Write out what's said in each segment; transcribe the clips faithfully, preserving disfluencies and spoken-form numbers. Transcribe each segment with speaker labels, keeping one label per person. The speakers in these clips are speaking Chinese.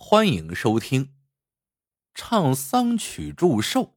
Speaker 1: 欢迎收听唱丧曲祝寿。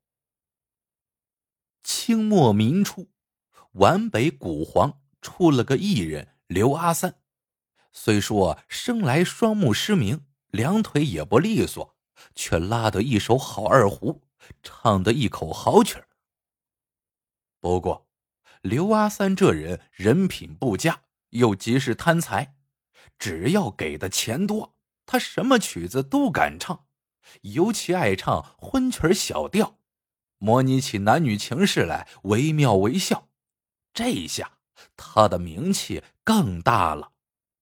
Speaker 1: 清末民初，皖北古黄出了个艺人刘阿三，虽说生来双目失明，两腿也不利索，却拉得一手好二胡，唱得一口好曲儿。不过刘阿三这人人品不佳，又极是贪财，只要给的钱多，他什么曲子都敢唱，尤其爱唱婚曲小调，模拟起男女情事来惟妙惟肖。这一下他的名气更大了。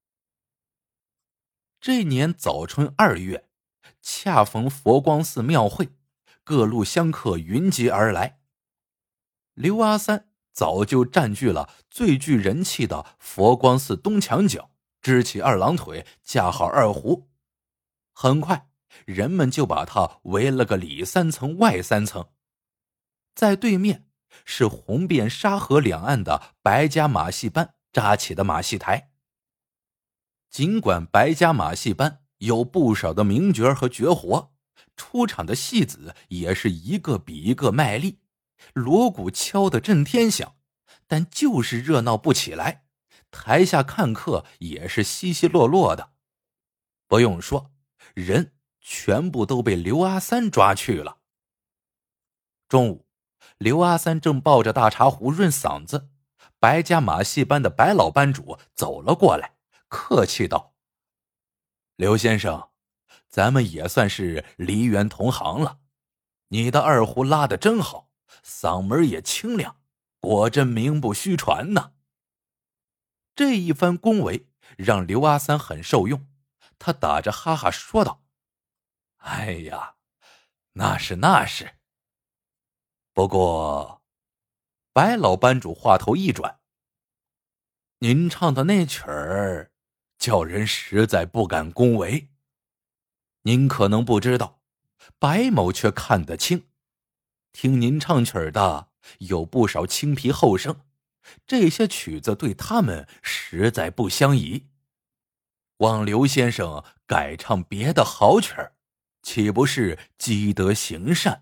Speaker 1: 这年早春二月，恰逢佛光寺庙会，各路香客云集而来。刘阿三早就占据了最具人气的佛光寺东墙角，支起二郎腿，架好二胡。很快人们就把他围了个里三层外三层。在对面是红遍沙河两岸的白家马戏班扎起的马戏台。尽管白家马戏班有不少的名角和绝活，出场的戏子也是一个比一个卖力，锣鼓敲得震天响，但就是热闹不起来，台下看客也是稀稀落落的。不用说，人全部都被刘阿三抓去了。中午，刘阿三正抱着大茶壶润嗓子，白家马戏班的白老班主走了过来，客气道：刘先生，咱们也算是梨园同行了，你的二胡拉得真好，嗓门也清亮，果真名不虚传呢。这一番恭维让刘阿三很受用，他打着哈哈说道：哎呀，那是那是。不过白老班主话头一转，您唱的那曲儿叫人实在不敢恭维。您可能不知道，白某却看得清，听您唱曲儿的有不少青皮后生，这些曲子对他们实在不相宜，望刘先生改唱别的好曲儿，岂不是积德行善？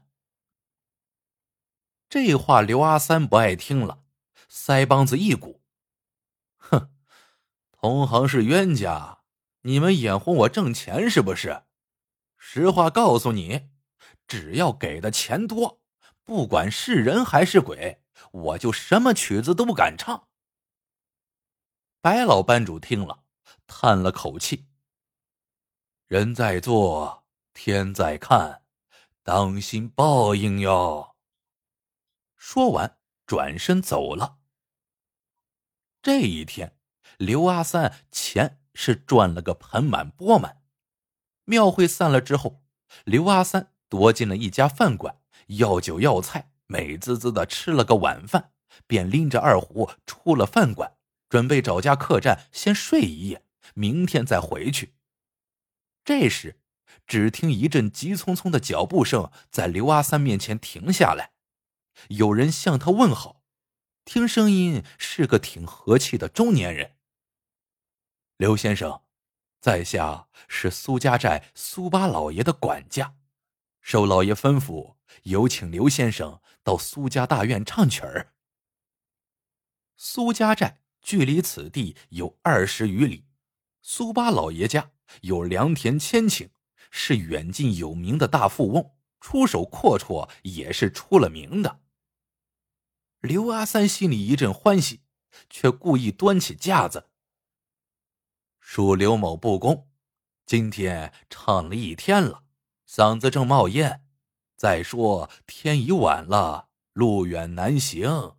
Speaker 1: 这话刘阿三不爱听了，腮帮子一鼓，哼，同行是冤家，你们眼红我挣钱是不是？实话告诉你，只要给的钱多，不管是人还是鬼，我就什么曲子都不敢唱。白老班主听了，叹了口气：人在做，天在看，当心报应哟。说完转身走了。这一天刘阿三钱是赚了个盆满钵满。庙会散了之后，刘阿三躲进了一家饭馆，要酒要菜，美滋滋的吃了个晚饭，便拎着二胡出了饭馆，准备找家客栈先睡一夜，明天再回去。这时只听一阵急匆匆的脚步声在刘阿三面前停下来，有人向他问好，听声音是个挺和气的中年人。刘先生，在下是苏家寨苏八老爷的管家，受老爷吩咐，有请刘先生到苏家大院唱曲儿。苏家寨距离此地有二十余里，苏八老爷家有良田千顷，是远近有名的大富翁，出手阔绰也是出了名的。刘阿三心里一阵欢喜，却故意端起架子：恕刘某不恭，今天唱了一天了，嗓子正冒烟，再说天已晚了，路远难行。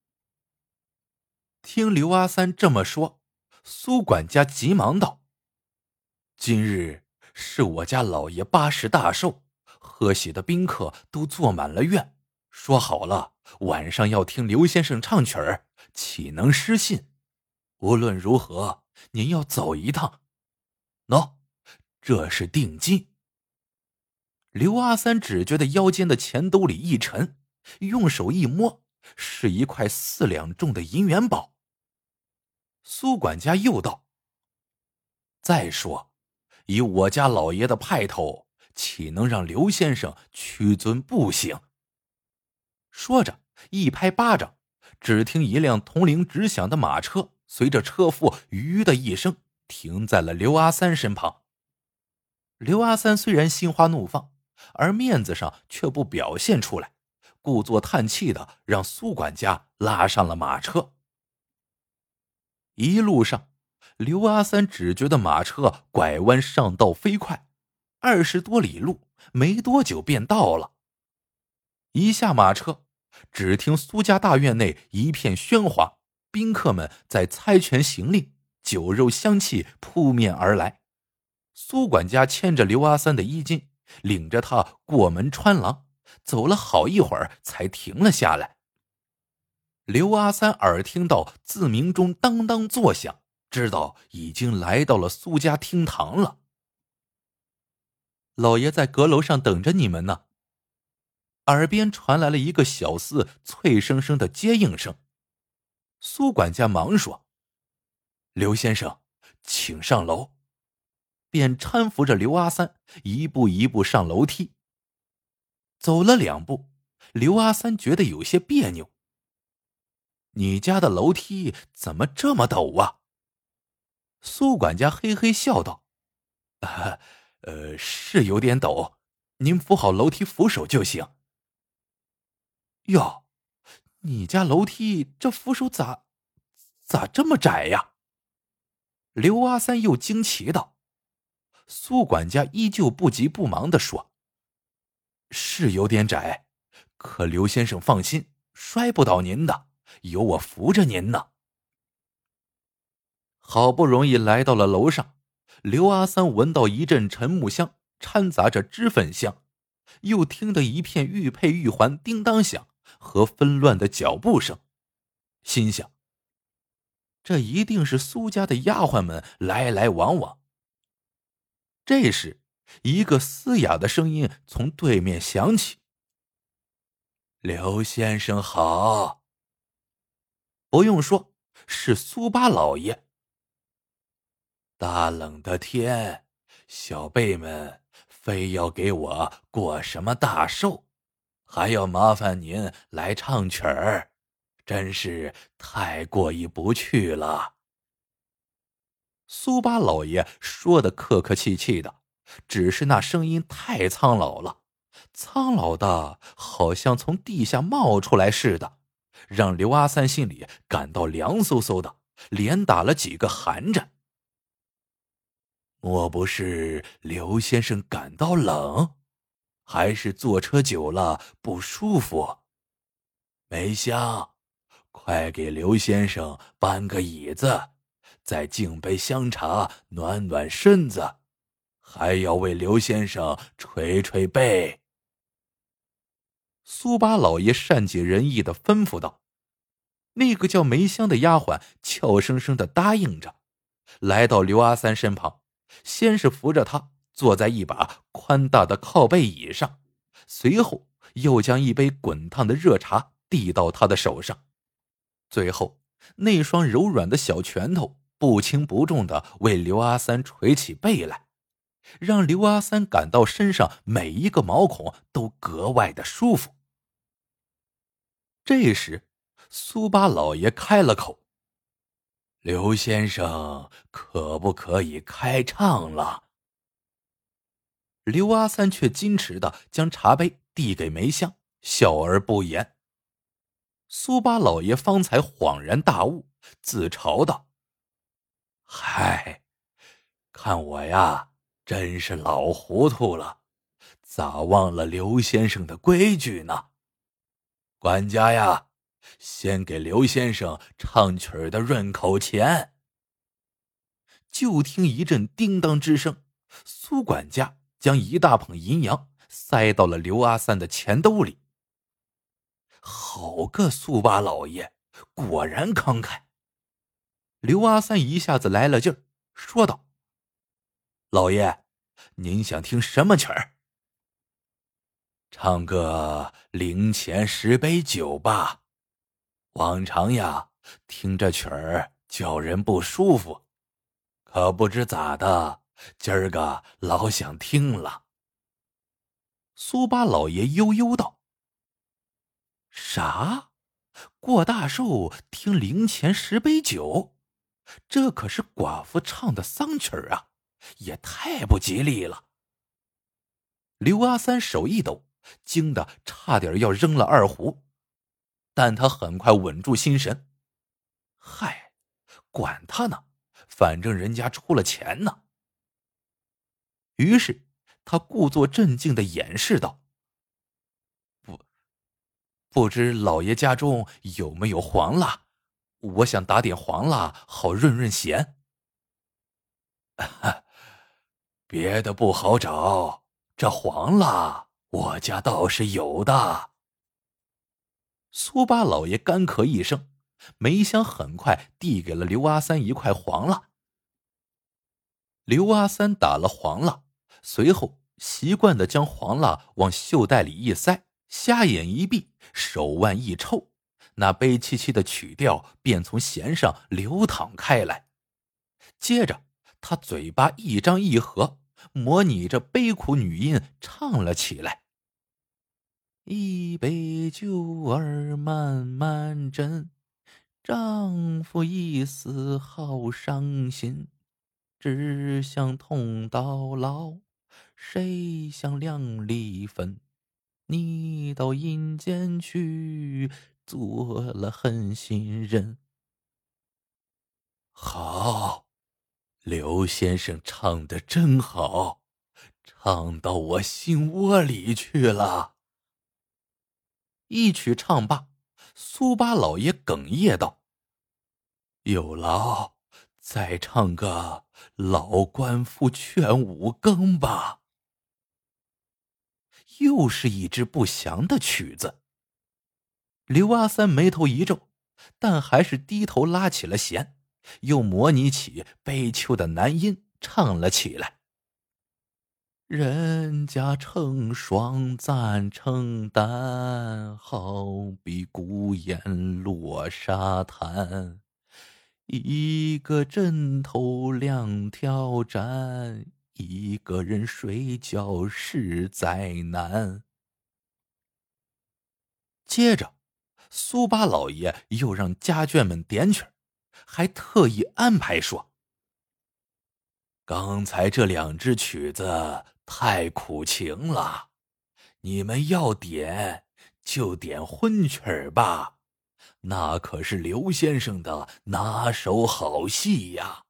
Speaker 1: 听刘阿三这么说，苏管家急忙道：今日是我家老爷八十大寿，贺喜的宾客都坐满了院，说好了晚上要听刘先生唱曲儿，岂能失信？无论如何，您要走一趟。喏，这是定金。刘阿三只觉得腰间的钱兜里一沉，用手一摸，是一块四两重的银元宝。苏管家又道：再说以我家老爷的派头，岂能让刘先生屈尊不行？”说着一拍巴掌，只听一辆铜铃直响的马车随着车夫吁的一声停在了刘阿三身旁。刘阿三虽然心花怒放，而面子上却不表现出来，故作叹气的让苏管家拉上了马车。一路上，刘阿三只觉得马车拐弯上道飞快，二十多里路没多久便到了。一下马车，只听苏家大院内一片喧哗，宾客们在猜拳行令，酒肉香气扑面而来。苏管家牵着刘阿三的衣襟，领着他过门穿廊，走了好一会儿才停了下来。刘阿三耳听到自鸣钟当当作响，知道已经来到了苏家厅堂了。“老爷在阁楼上等着你们呢。”耳边传来了一个小厮脆生生的接应声。苏管家忙说：“刘先生，请上楼。”便搀扶着刘阿三一步一步上楼梯。走了两步，刘阿三觉得有些别扭。“你家的楼梯怎么这么陡啊？”苏管家嘿嘿笑道：“啊，呃，是有点陡，您扶好楼梯扶手就行。”“哟，你家楼梯这扶手咋咋这么窄呀？”刘阿三又惊奇道。苏管家依旧不急不忙地说：“是有点窄，可刘先生放心，摔不倒您的，有我扶着您呢。”好不容易来到了楼上，刘阿三闻到一阵沉木香掺杂着脂粉香，又听得一片玉佩玉环叮当响和纷乱的脚步声，心想这一定是苏家的丫鬟们来来往往。这时一个嘶哑的声音从对面响起：“刘先生好。”不用说，是苏八老爷。“大冷的天，小辈们非要给我过什么大寿，还要麻烦您来唱曲儿，真是太过意不去了。”苏八老爷说的客客气气的，只是那声音太苍老了，苍老的好像从地下冒出来似的，让刘阿三心里感到凉飕飕的，连打了几个寒战。莫不是刘先生感到冷，还是坐车久了不舒服？梅香，快给刘先生搬个椅子，再敬杯香茶暖暖身子，还要为刘先生捶捶背。苏八老爷善解人意地吩咐道。那个叫梅香的丫鬟俏生生地答应着，来到刘阿三身旁，先是扶着他坐在一把宽大的靠背椅上，随后又将一杯滚烫的热茶递到他的手上，最后那双柔软的小拳头不轻不重地为刘阿三捶起背来，让刘阿三感到身上每一个毛孔都格外的舒服。这时苏八老爷开了口：“刘先生可不可以开唱了？”刘阿三却矜持地将茶杯递给梅香，笑而不言。苏八老爷方才恍然大悟，自嘲道：“嗨，看我呀，真是老糊涂了，咋忘了刘先生的规矩呢？管家呀，先给刘先生唱曲儿的润口钱。”就听一阵叮当之声，苏管家将一大捧银洋塞到了刘阿三的钱兜里。好个苏八老爷，果然慷慨。刘阿三一下子来了劲儿，说道：“老爷，您想听什么曲儿？”“唱个零钱十杯酒吧。往常呀，听这曲儿叫人不舒服，可不知咋的， 今儿个老想听了。苏八老爷悠悠道：啥？过大寿听灵前十杯酒？这可是寡妇唱的丧曲儿啊，也太不吉利了。刘阿三手一抖，惊得差点要扔了二胡，但他很快稳住心神。嗨，管他呢，反正人家出了钱呢。于是他故作镇静地掩饰道：不不知老爷家中有没有黄蜡？我想打点黄蜡，好润润弦。别的不好找，这黄蜡我家倒是有的。苏八老爷干咳一声，没想很快递给了刘阿三一块黄蜡。刘阿三打了黄蜡，随后习惯地将黄蜡往袖袋里一塞，瞎眼一闭，手腕一抽，那悲戚戚的曲调便从弦上流淌开来。接着他嘴巴一张一合，模拟着悲苦女音唱了起来：一杯酒儿慢慢斟，丈夫已死好伤心，只想同到老，谁想两离分，你到阴间去，做了狠心人。好，刘先生唱得真好，唱到我心窝里去了。一曲唱罢，苏八老爷哽咽道：有劳再唱个老官夫劝五更吧。又是一支不祥的曲子。刘阿三眉头一皱，但还是低头拉起了弦，又模拟起悲秋的男音唱了起来：人家成双咱成单，好比孤雁落沙滩，一个枕头两条毡，一个人睡觉实在难。接着苏八老爷又让家眷们点曲，还特意安排说：刚才这两支曲子太苦情了，你们要点就点婚曲吧，那可是刘先生的拿手好戏呀。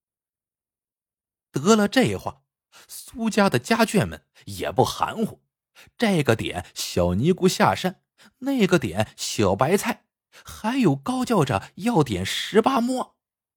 Speaker 1: 得了这话，苏家的家眷们也不含糊，这个点小尼姑下山，那个点小白菜，还有高叫着要点十八摸。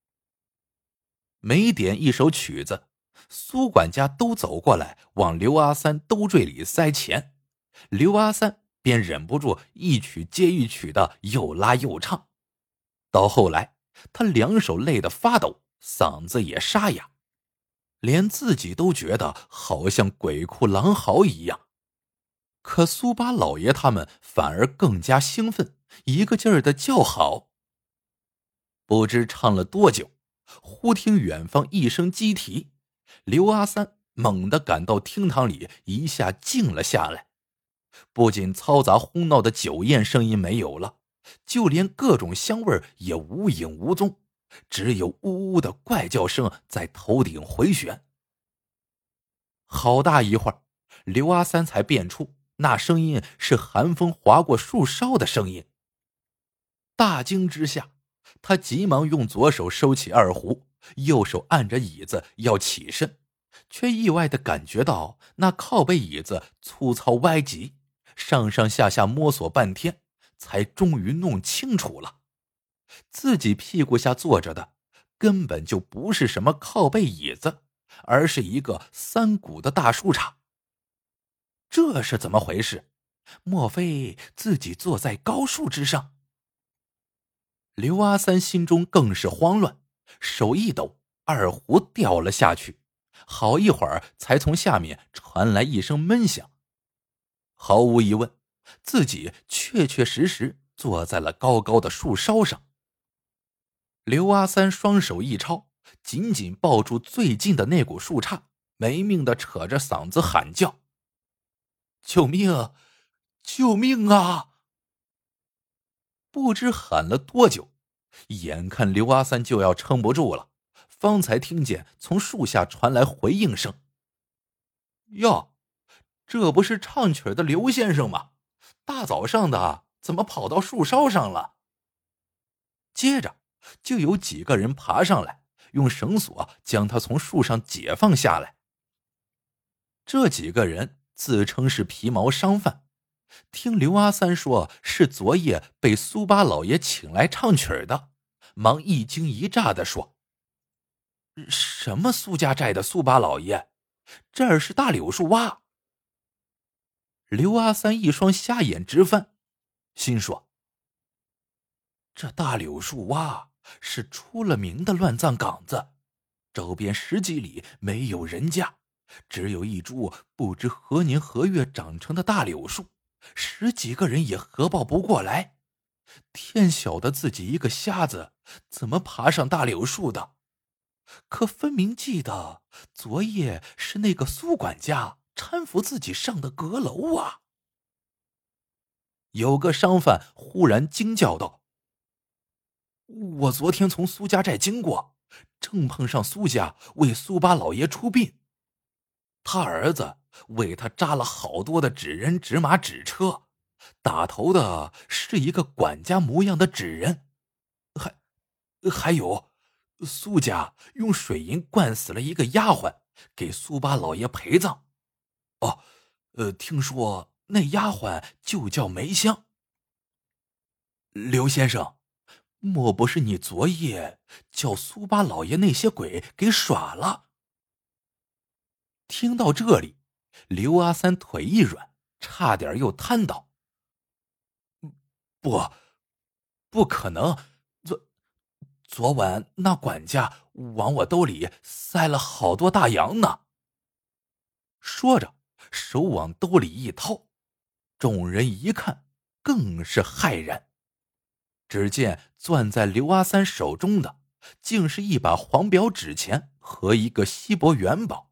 Speaker 1: 每点一首曲子，苏管家都走过来往刘阿三兜坠里塞钱，刘阿三便忍不住一曲接一曲的又拉又唱。到后来他两手累得发抖，嗓子也沙哑，连自己都觉得好像鬼哭狼嚎一样。可苏八老爷他们反而更加兴奋，一个劲儿的叫好。不知唱了多久，忽听远方一声鸡啼，刘阿三猛地感到厅堂里一下静了下来，不仅嘈杂哄闹的酒宴声音没有了，就连各种香味也无影无踪，只有呜呜的怪叫声在头顶回旋。好大一会儿，刘阿三才辨出那声音是寒风划过树梢的声音。大惊之下，他急忙用左手收起二胡，右手按着椅子要起身，却意外地感觉到那靠背椅子粗糙歪极，上上下下摸索半天，才终于弄清楚了，自己屁股下坐着的根本就不是什么靠背椅子，而是一个三股的大树杈。这是怎么回事？莫非自己坐在高树之上？刘阿三心中更是慌乱，手一抖，二胡掉了下去，好一会儿才从下面传来一声闷响。毫无疑问，自己确确实实坐在了高高的树梢上。刘阿三双手一抄， 紧紧抱住最近的那股树杈，没命的扯着嗓子喊叫：“救命！救命啊！”不知喊了多久，眼看刘阿三就要撑不住了，方才听见从树下传来回应声：“哟，这不是唱曲的刘先生吗？大早上的怎么跑到树梢上了？”接着就有几个人爬上来，用绳索将他从树上解放下来。这几个人自称是皮毛商贩，听刘阿三说是昨夜被苏八老爷请来唱曲的，忙一惊一乍地说：“什么苏家寨的苏八老爷？这儿是大柳树洼。”刘阿三一双瞎眼直翻，心说：这大柳树洼是出了名的乱葬岗子，周边十几里没有人家，只有一株不知何年何月长成的大柳树，十几个人也合抱不过来。天晓得自己一个瞎子怎么爬上大柳树的，可分明记得昨夜是那个苏管家搀扶自己上的阁楼啊。有个商贩忽然惊叫道：“我昨天从苏家寨经过，正碰上苏家为苏八老爷出殡，他儿子为他扎了好多的纸人纸马纸车，打头的是一个管家模样的纸人，还还有苏家用水银灌死了一个丫鬟，给苏八老爷陪葬。哦，呃，听说那丫鬟就叫梅香。刘先生，莫不是你昨夜叫苏八老爷那些鬼给耍了？”听到这里，刘阿三腿一软，差点又瘫倒。不，不可能！昨昨晚那管家往我兜里塞了好多大洋呢。说着，手往兜里一掏，众人一看，更是骇然。只见攥在刘阿三手中的，竟是一把黄表纸钱和一个锡箔元宝。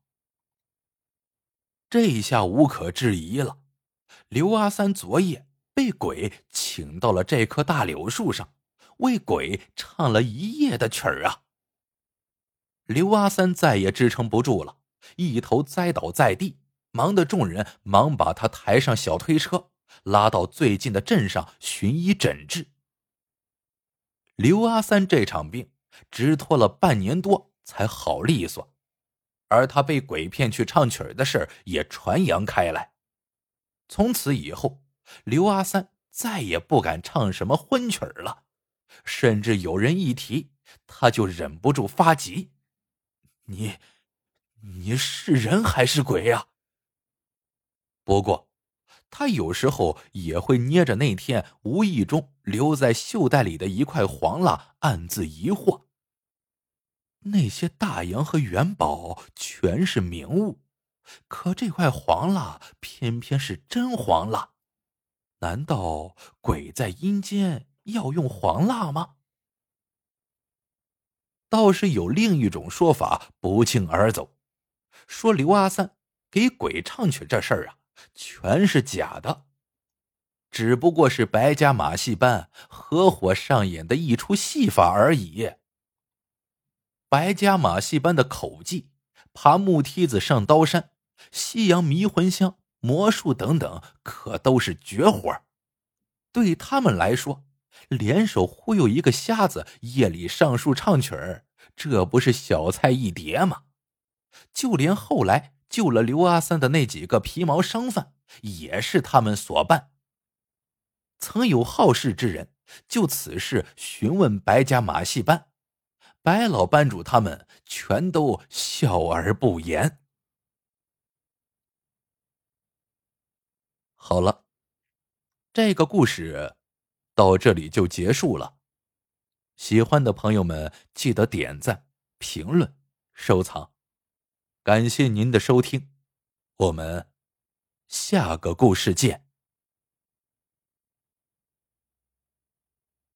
Speaker 1: 这下无可置疑了，刘阿三昨夜被鬼请到了这棵大柳树上，为鬼唱了一夜的曲儿啊！刘阿三再也支撑不住了，一头栽倒在地，忙得众人忙把他抬上小推车，拉到最近的镇上寻医诊治。刘阿三这场病直拖了半年多才好利索，而他被鬼骗去唱曲儿的事也传扬开来。从此以后，刘阿三再也不敢唱什么婚曲儿了，甚至有人一提，他就忍不住发急：“你，你是人还是鬼啊？”不过，他有时候也会捏着那天无意中留在袖带里的一块黄蜡，暗自疑惑。那些大洋和元宝全是名物，可这块黄蜡偏偏是真黄蜡，难道鬼在阴间要用黄蜡吗？倒是有另一种说法不胫而走，说刘阿三给鬼唱曲这事儿啊，全是假的，只不过是白家马戏班合伙上演的一出戏法而已。白家马戏班的口技，爬木梯子上刀山，西洋迷魂香、魔术等等，可都是绝活。对他们来说，联手忽悠一个瞎子夜里上树唱曲儿，这不是小菜一碟吗？就连后来救了刘阿三的那几个皮毛商贩，也是他们所办。曾有好事之人就此事询问白家马戏班，白老班主他们全都笑而不言。好了，这个故事到这里就结束了。喜欢的朋友们记得点赞、评论、收藏。感谢您的收听，我们下个故事见。